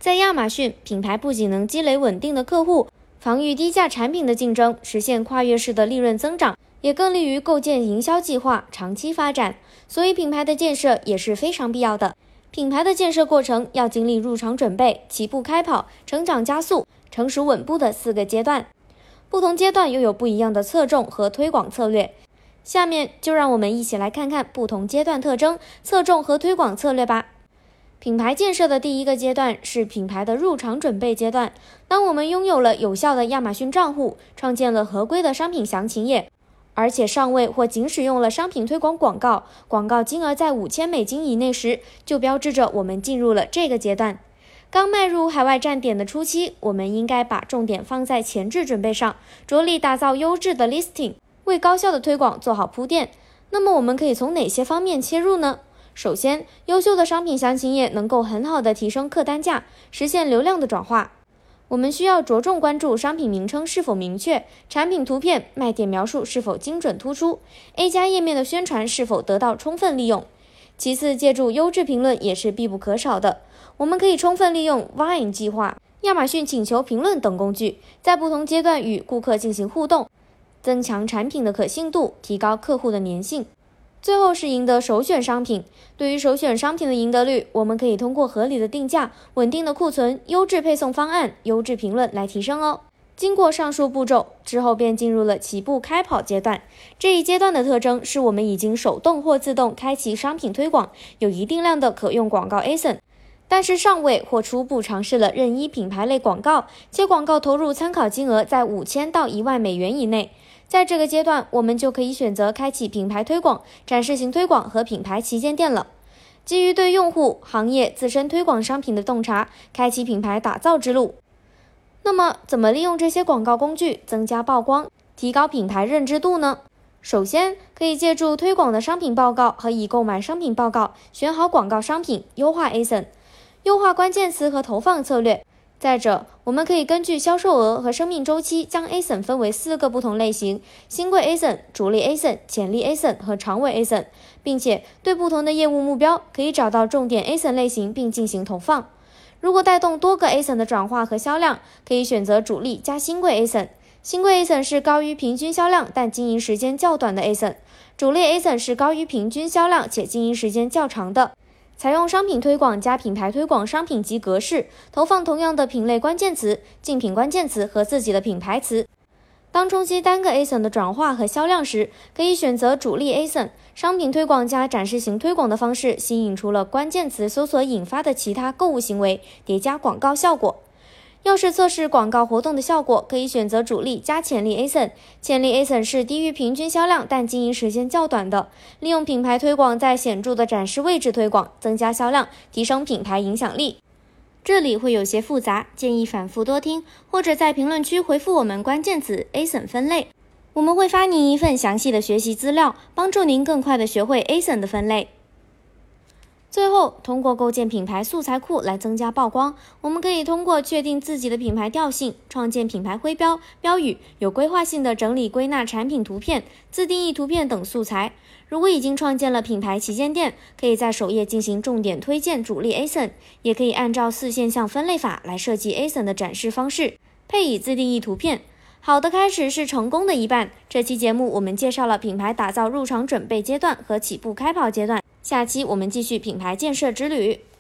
在亚马逊，品牌不仅能积累稳定的客户，防御低价产品的竞争，实现跨越式的利润增长，也更利于构建营销计划，长期发展。所以品牌的建设也是非常必要的。品牌的建设过程要经历入场准备、起步开跑、成长加速、成熟稳步的4个阶段。不同阶段又有不一样的侧重和推广策略。下面就让我们一起来看看不同阶段特征、侧重和推广策略吧。品牌建设的第一个阶段是品牌的入场准备阶段。当我们拥有了有效的亚马逊账户，创建了合规的商品详情页，而且尚未或仅使用了商品推广广告，广告金额在$5000以内时，就标志着我们进入了这个阶段。刚迈入海外站点的初期，我们应该把重点放在前置准备上，着力打造优质的 listing， 为高效的推广做好铺垫。那么我们可以从哪些方面切入呢？首先，优秀的商品详情页能够很好的提升客单价，实现流量的转化。我们需要着重关注商品名称是否明确，产品图片、卖点描述是否精准突出， A 加页面的宣传是否得到充分利用。其次，借助优质评论也是必不可少的。我们可以充分利用 Vine 计划、亚马逊请求评论等工具，在不同阶段与顾客进行互动，增强产品的可信度，提高客户的粘性。最后是赢得首选商品。对于首选商品的赢得率，我们可以通过合理的定价、稳定的库存、优质配送方案、优质评论来提升哦。经过上述步骤之后，便进入了起步开跑阶段。这一阶段的特征是我们已经手动或自动开启商品推广，有一定量的可用广告 ASIN， 但是尚未或初步尝试了任意品牌类广告，且广告投入参考金额在$5000到$10000以内。在这个阶段，我们就可以选择开启品牌推广、展示型推广和品牌旗舰店了。基于对用户、行业自身推广商品的洞察，开启品牌打造之路。那么，怎么利用这些广告工具增加曝光，提高品牌认知度呢？首先，可以借助推广的商品报告和已购买商品报告，选好广告商品，优化 ASIN， 优化关键词和投放策略。再者，我们可以根据销售额和生命周期，将 ASIN 分为4个不同类型：新贵 ASIN、主力 ASIN、潜力 ASIN 和长尾 ASIN， 并且对不同的业务目标，可以找到重点 ASIN 类型并进行投放。如果带动多个 ASIN 的转化和销量，可以选择主力加新贵 ASIN。新贵 ASIN 是高于平均销量但经营时间较短的 ASIN， 主力 ASIN 是高于平均销量且经营时间较长的。采用商品推广加品牌推广商品及格式，投放同样的品类关键词、竞品关键词和自己的品牌词。当冲击单个 ASIN 的转化和销量时，可以选择主力 ASIN， 商品推广加展示型推广的方式，吸引除了关键词搜索引发的其他购物行为，叠加广告效果。要是测试广告活动的效果，可以选择主力加潜力 ASIN。潜力 ASIN 是低于平均销量但经营时间较短的，利用品牌推广在显著的展示位置推广，增加销量，提升品牌影响力。这里会有些复杂，建议反复多听，或者在评论区回复我们关键词 ASIN 分类，我们会发您一份详细的学习资料，帮助您更快地学会 ASIN 的分类。最后，通过构建品牌素材库来增加曝光。我们可以通过确定自己的品牌调性，创建品牌徽标、标语，有规划性的整理归纳产品图片、自定义图片等素材。如果已经创建了品牌旗舰店，可以在首页进行重点推荐主力 ASIN， 也可以按照4现象分类法来设计 ASIN 的展示方式，配以自定义图片。好的开始是成功的一半。这期节目我们介绍了品牌打造入场准备阶段和起步开跑阶段。下期我们继续品牌建设之旅。